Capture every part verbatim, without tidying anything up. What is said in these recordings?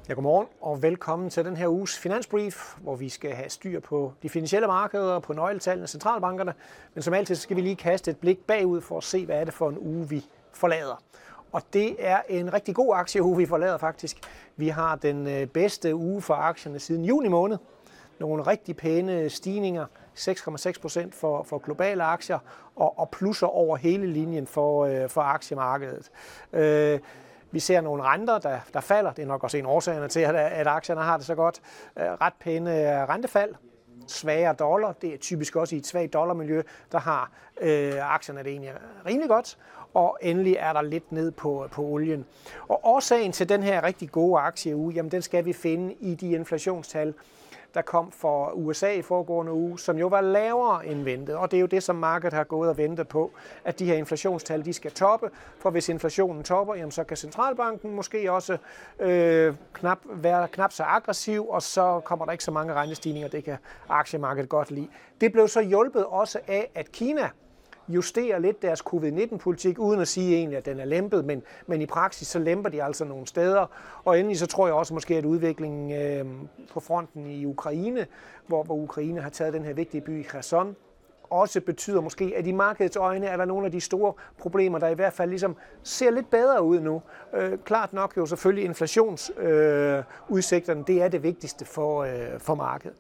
Ja, godmorgen og velkommen til den her uges Finansbrief, hvor vi skal have styr på de finansielle markeder, på nøgletallene, centralbankerne. Men som altid skal vi lige kaste et blik bagud for at se, hvad er det for en uge, vi forlader. Og det er en rigtig god aktieuge, vi forlader faktisk. Vi har den bedste uge for aktierne siden juni måned. Nogle rigtig pæne stigninger, seks komma seks procent for, for globale aktier og, og plusser over hele linjen for, øh, for aktiemarkedet. Øh, Vi ser nogle renter, der, der falder. Det er nok også en årsag til, at, at aktierne har det så godt. Ret pæne rentefald. Svagere dollar. Det er typisk også i et svagt dollarmiljø, der har øh, aktierne det egentlig rimelig godt. Og endelig er der lidt ned på, på olien. Og årsagen til den her rigtig gode aktieuge, jamen den skal vi finde i de inflationstal, der kom for U S A i foregående uge, som jo var lavere end ventet. Og det er jo det, som markedet har gået og ventet på, at de her inflationstal de skal toppe. For hvis inflationen topper, jamen, så kan centralbanken måske også øh, knap, være knap så aggressiv, og så kommer der ikke så mange rentestigninger, det kan aktiemarkedet godt lide. Det blev så hjulpet også af, at Kina justerer lidt deres covid nitten politik, uden at sige egentlig, at den er lempet, men, men i praksis så lemper de altså nogle steder. Og endelig så tror jeg også måske, at udviklingen øh, på fronten i Ukraine, hvor, hvor Ukraine har taget den her vigtige by i Kherson, også betyder måske, at i markedets øjne er der nogle af de store problemer, der i hvert fald ligesom ser lidt bedre ud nu. Øh, klart nok jo selvfølgelig inflationsudsigterne, øh, det er det vigtigste for, øh, for markedet.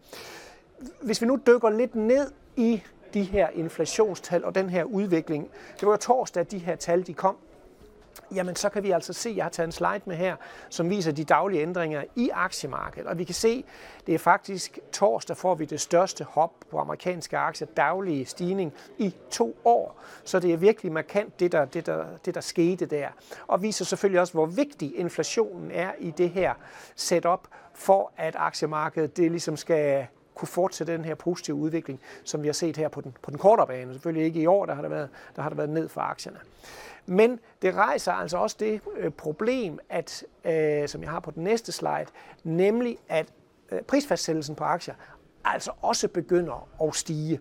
Hvis vi nu dykker lidt ned i de her inflationstal og den her udvikling. Det var jo torsdag, at de her tal de kom. Jamen så kan vi altså se, jeg har taget en slide med her, som viser de daglige ændringer i aktiemarkedet. Og vi kan se, det er faktisk torsdag får vi det største hop på amerikanske aktier, daglige stigning i to år. Så det er virkelig markant, det der, det der, det der skete der. Og viser selvfølgelig også, hvor vigtig inflationen er i det her setup, for at aktiemarkedet det ligesom skal kunne fortsætte den her positive udvikling, som vi har set her på den, på den kortere bane. Selvfølgelig ikke i år, der har, der, været, der har der været ned for aktierne. Men det rejser altså også det øh, problem, at, øh, som jeg har på den næste slide, nemlig at øh, prisfastsættelsen på aktier altså også begynder at stige.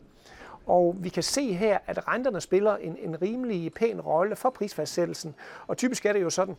Og vi kan se her, at renterne spiller en, en rimelig pæn rolle for prisfastsættelsen. Og typisk er det jo sådan,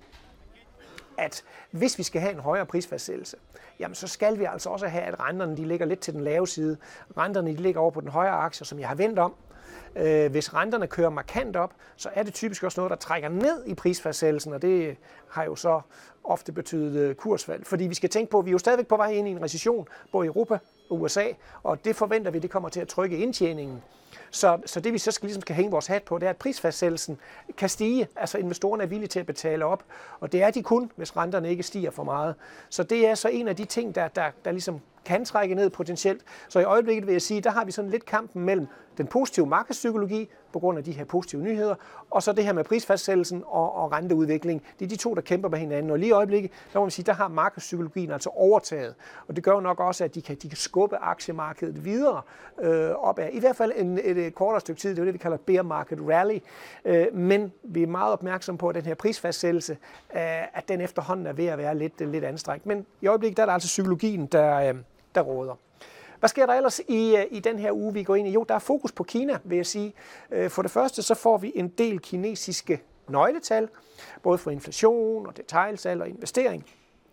at hvis vi skal have en højere prisfastsættelse, jamen så skal vi altså også have, at renterne de ligger lidt til den lave side. Renterne de ligger over på den højere aktie, som jeg har vendt om. Øh, hvis renterne kører markant op, så er det typisk også noget, der trækker ned i prisfastsættelsen, og det har jo så ofte betydet kursfald. Fordi vi skal tænke på, at vi er jo stadigvæk på vej ind i en recession, både i Europa og U S A, og det forventer vi, det kommer til at trykke indtjeningen. Så, så det vi så skal, ligesom skal hænge vores hat på, det er, at prisfastsættelsen kan stige. Altså investorerne er villige til at betale op, og det er de kun, hvis renterne ikke stiger for meget. Så det er så en af de ting, der, der, der ligesom kan trække ned potentielt. Så i øjeblikket vil jeg sige, der har vi sådan lidt kampen mellem den positive markedspsykologi, på grund af de her positive nyheder, og så det her med prisfastsættelsen og, og renteudvikling. Det er de to, der kæmper med hinanden. Og lige i øjeblikket, der må man sige, der har markedspsykologien altså overtaget. Og det gør jo nok også, at de kan, de kan skubbe aktiemarkedet videre øh, opad. I hvert fald en, et, et kortere stykke tid, det er det, vi kalder bear market rally. Øh, men vi er meget opmærksom på, at den her prisfastsættelse, øh, at den efterhånden er ved at være lidt, lidt anstrengt. Men i øjeblikket, der er der altså psykologien, der, øh, der råder. Hvad sker der ellers i, i den her uge, vi går ind i? Jo, der er fokus på Kina, vil jeg sige. For det første, så får vi en del kinesiske nøgletal, både for inflation og detailsalg og investering.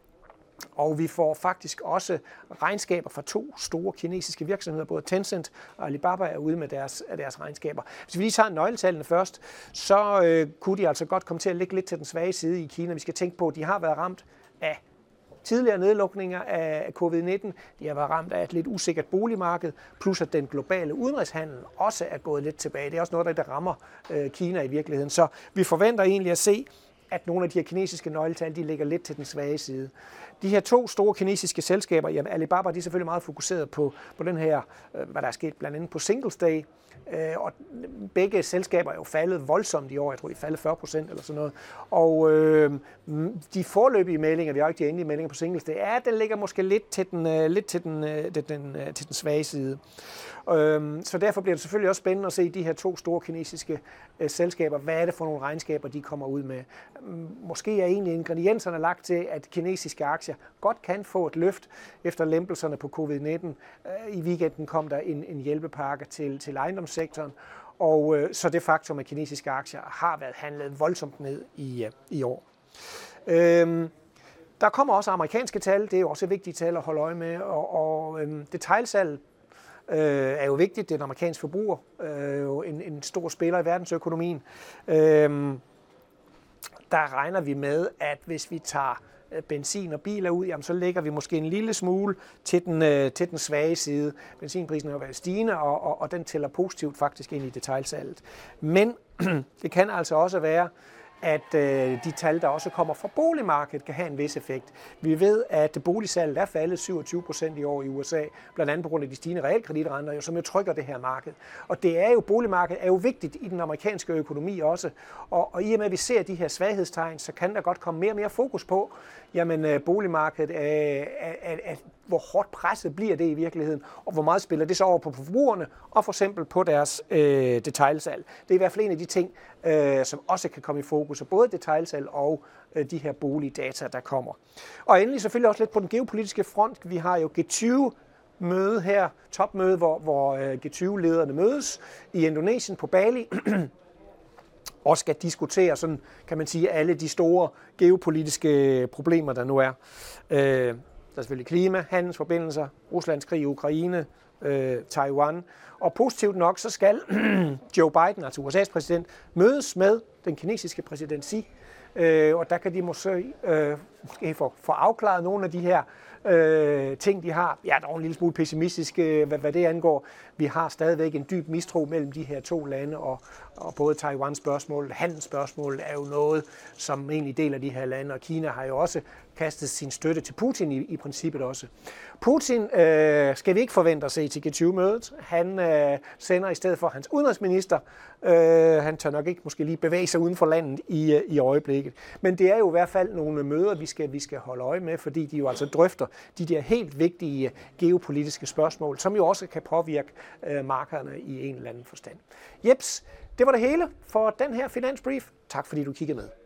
Og vi får faktisk også regnskaber fra to store kinesiske virksomheder, både Tencent og Alibaba er ude med deres, deres regnskaber. Hvis vi lige tager nøgletallene først, så øh, kunne de altså godt komme til at ligge lidt til den svage side i Kina. Vi skal tænke på, at de har været ramt af tidligere nedlukninger af covid nitten, de har været ramt af et lidt usikkert boligmarked, plus at den globale udenrigshandel også er gået lidt tilbage. Det er også noget, der rammer Kina i virkeligheden. Så vi forventer egentlig at se, at nogle af de her kinesiske nøgletal, de ligger lidt til den svage side. De her to store kinesiske selskaber, jamen Alibaba, de er selvfølgelig meget fokuseret på, på den her, hvad der er sket blandt andet på Singles Day, og begge selskaber er jo faldet voldsomt i år. Jeg tror, de er faldet fyrre procent eller sådan noget. Og øh, de foreløbige meldinger, vi har ikke de endelige meldinger på Singles Day, er, at den ligger måske lidt til den, lidt til den, den, den, til den svage side. Øh, så derfor bliver det selvfølgelig også spændende at se de her to store kinesiske øh, selskaber. Hvad er det for nogle regnskaber, de kommer ud med? Måske er egentlig ingredienserne lagt til, at kinesiske aktier godt kan få et løft efter lempelserne på covid nitten. Øh, I weekenden kom der en, en hjælpepakke til, til ejendomssektoren, og øh, så det faktum, at kinesiske aktier har været handlet voldsomt ned i, øh, i år. Øhm, Der kommer også amerikanske tal, det er jo også vigtige tal at holde øje med, og, og øhm, detailsalg øh, er jo vigtigt, det er en amerikansk forbruger, øh, jo en, en stor spiller i verdensøkonomien. Øh, der regner vi med, at hvis vi tager benzin og biler ud, jamen så lægger vi måske en lille smule til den, øh, til den svage side. Benzinprisen har jo været stigende, og, og, og den tæller positivt faktisk ind i detailsalget. Men det kan altså også være, at øh, de tal, der også kommer fra boligmarkedet, kan have en vis effekt. Vi ved, at boligsalget er faldet syvogtyve procent i år i U S A, blandt andet på grund af de stigende realkreditrenter, som jo trykker det her marked. Og det er jo, boligmarkedet er jo vigtigt i den amerikanske økonomi også. Og, og i og med, at vi ser de her svaghedstegn, så kan der godt komme mere og mere fokus på, jamen boligmarkedet, er, er, er, er, hvor hårdt presset bliver det i virkeligheden, og hvor meget spiller det så over på forbrugerne, og for eksempel på deres øh, detailsalg. Det er i hvert fald en af de ting, øh, som også kan komme i fokus, så både detailsalg og øh, de her boligdata, der kommer. Og endelig selvfølgelig også lidt på den geopolitiske front. Vi har jo G tyve møde her, topmøde, hvor, hvor øh, G tyve-lederne mødes i Indonesien på Bali, og skal diskutere, sådan kan man sige, alle de store geopolitiske problemer, der nu er. Øh, der er selvfølgelig klima, handelsforbindelser, Ruslands krig i Ukraine, øh, Taiwan. Og positivt nok, så skal Joe Biden, altså U S A's præsident, mødes med den kinesiske præsident Xi. Øh, og der kan de måske, øh, måske få, få afklaret nogle af de her øh, ting, de har. Ja, der er en lille smule pessimistisk, øh, hvad, hvad det angår. Vi har stadigvæk en dyb mistro mellem de her to lande, og, og både Taiwans spørgsmål, handelsspørgsmål er jo noget, som egentlig deler de her lande, og Kina har jo også kastet sin støtte til Putin i, i princippet også. Putin øh, skal vi ikke forvente at se til G tyve-mødet. Han øh, sender i stedet for hans udenrigsminister. Øh, han tør nok ikke måske lige bevæge sig uden for landet i, i øjeblikket. Men det er jo i hvert fald nogle møder, vi skal, vi skal holde øje med, fordi de jo altså drøfter de der helt vigtige geopolitiske spørgsmål, som jo også kan påvirke øh, markederne i en eller anden forstand. Jeps, det var det hele for den her Finansbrief. Tak fordi du kiggede med.